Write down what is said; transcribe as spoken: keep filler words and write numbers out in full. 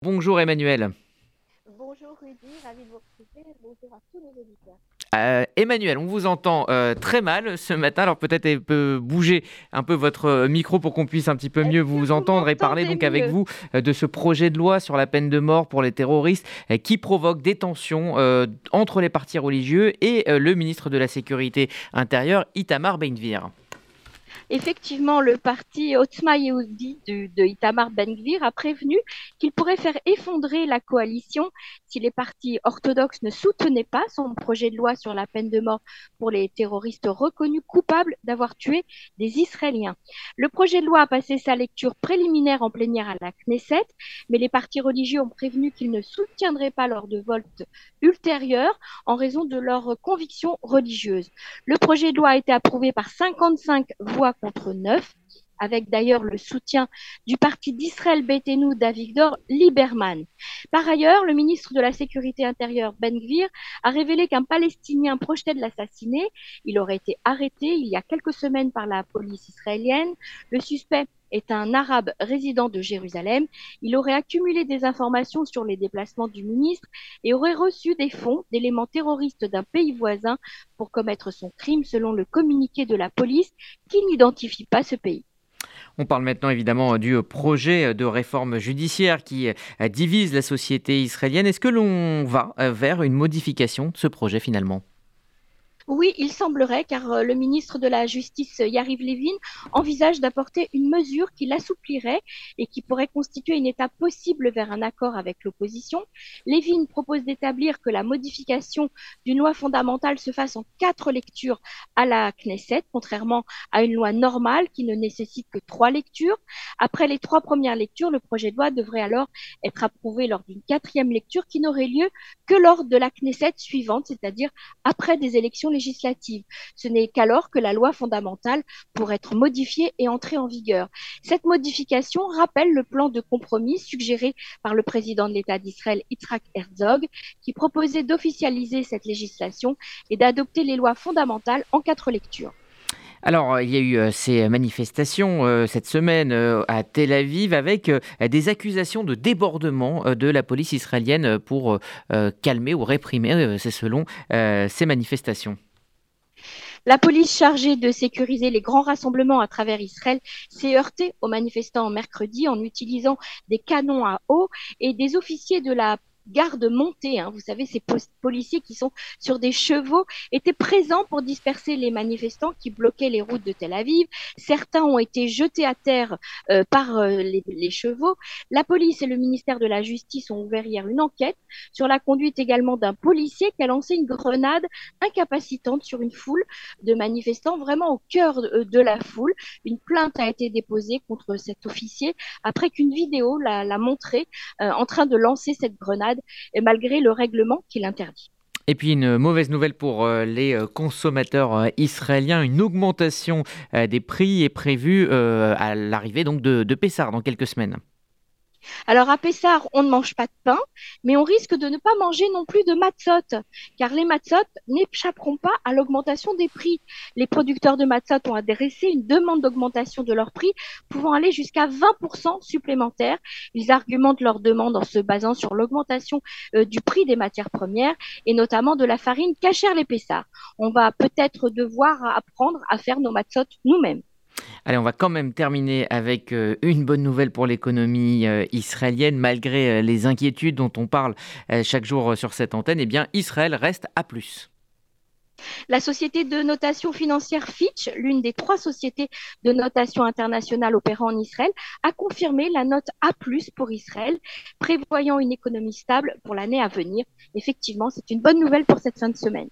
Bonjour Emmanuel. Bonjour Rudy, ravi de vous retrouver. Bonjour à tous nos auditeurs. Euh, Emmanuel, on vous entend euh, très mal ce matin, alors peut-être elle peut bouger un peu votre euh, micro pour qu'on puisse un petit peu mieux Est-ce que vous vous entendre et parler m'entendez donc avec mieux? vous euh, de ce projet de loi sur la peine de mort pour les terroristes euh, qui provoque des tensions euh, entre les partis religieux et euh, le ministre de la Sécurité intérieure, Itamar Ben-Gvir. Effectivement, le parti Otzma Yehudi de, de Itamar Ben-Gvir a prévenu qu'il pourrait faire effondrer la coalition si les partis orthodoxes ne soutenaient pas son projet de loi sur la peine de mort pour les terroristes reconnus coupables d'avoir tué des Israéliens. Le projet de loi a passé sa lecture préliminaire en plénière à la Knesset, mais les partis religieux ont prévenu qu'ils ne soutiendraient pas lors de votes ultérieurs en raison de leurs convictions religieuses. Le projet de loi a été approuvé par cinquante-cinq voix contre neuf, avec d'ailleurs le soutien du parti d'Israël Beitenu d'Avigdor Lieberman. Par ailleurs, le ministre de la Sécurité intérieure Ben Gvir a révélé qu'un Palestinien projetait de l'assassiner. Il aurait été arrêté il y a quelques semaines par la police israélienne. Le suspect est un arabe résident de Jérusalem. Il aurait accumulé des informations sur les déplacements du ministre et aurait reçu des fonds d'éléments terroristes d'un pays voisin pour commettre son crime, selon le communiqué de la police qui n'identifie pas ce pays. On parle maintenant évidemment du projet de réforme judiciaire qui euh, divise la société israélienne. Est-ce que l'on va euh, vers une modification de ce projet finalement? Oui, il semblerait, car euh, le ministre de la Justice, Yariv Levin, envisage d'apporter une mesure qui l'assouplirait et qui pourrait constituer une étape possible vers un accord avec l'opposition. Levin propose d'établir que la modification d'une loi fondamentale se fasse en quatre lectures à la Knesset, contrairement à une loi normale qui ne nécessite que trois lectures. Après les trois premières lectures, le projet de loi devrait alors être approuvé lors d'une quatrième lecture qui n'aurait lieu que lors de la Knesset suivante, c'est-à-dire après des élections législatives. Ce n'est qu'alors que la loi fondamentale pourrait être modifiée et entrer en vigueur. Cette modification rappelle le plan de compromis suggéré par le président de l'État d'Israël, Yitzhak Herzog, qui proposait d'officialiser cette législation et d'adopter les lois fondamentales en quatre lectures. Alors, il y a eu euh, ces manifestations euh, cette semaine euh, à Tel Aviv avec euh, des accusations de débordement euh, de la police israélienne euh, pour euh, calmer ou réprimer, euh, c'est selon euh, ces manifestations. La police chargée de sécuriser les grands rassemblements à travers Israël s'est heurtée aux manifestants mercredi en utilisant des canons à eau et des officiers de la garde montée, hein, vous savez, ces policiers qui sont sur des chevaux, étaient présents pour disperser les manifestants qui bloquaient les routes de Tel Aviv. Certains ont été jetés à terre euh, par euh, les, les chevaux. La police et le ministère de la Justice ont ouvert hier une enquête sur la conduite également d'un policier qui a lancé une grenade incapacitante sur une foule de manifestants vraiment au cœur de, de la foule. Une plainte a été déposée contre cet officier après qu'une vidéo l'a, l'a montré euh, en train de lancer cette grenade, et malgré le règlement qui l'interdit. Et puis une mauvaise nouvelle pour euh, les euh, consommateurs euh, israéliens, une augmentation euh, des prix est prévue euh, à l'arrivée donc de, de Pessah dans quelques semaines. Alors à Pessar, on ne mange pas de pain, mais on risque de ne pas manger non plus de matzot, car les matzot n'échapperont pas à l'augmentation des prix. Les producteurs de matzot ont adressé une demande d'augmentation de leur prix, pouvant aller jusqu'à vingt pour cent supplémentaires. Ils argumentent leur demande en se basant sur l'augmentation euh, du prix des matières premières et notamment de la farine cachère les Pessars. On va peut-être devoir apprendre à faire nos matzot nous-mêmes. Allez, on va quand même terminer avec euh, une bonne nouvelle pour l'économie euh, israélienne. Malgré euh, les inquiétudes dont on parle euh, chaque jour euh, sur cette antenne, eh bien, Israël reste à plus. La société de notation financière Fitch, l'une des trois sociétés de notation internationale opérant en Israël, a confirmé la note A plus pour Israël, prévoyant une économie stable pour l'année à venir. Effectivement, c'est une bonne nouvelle pour cette fin de semaine.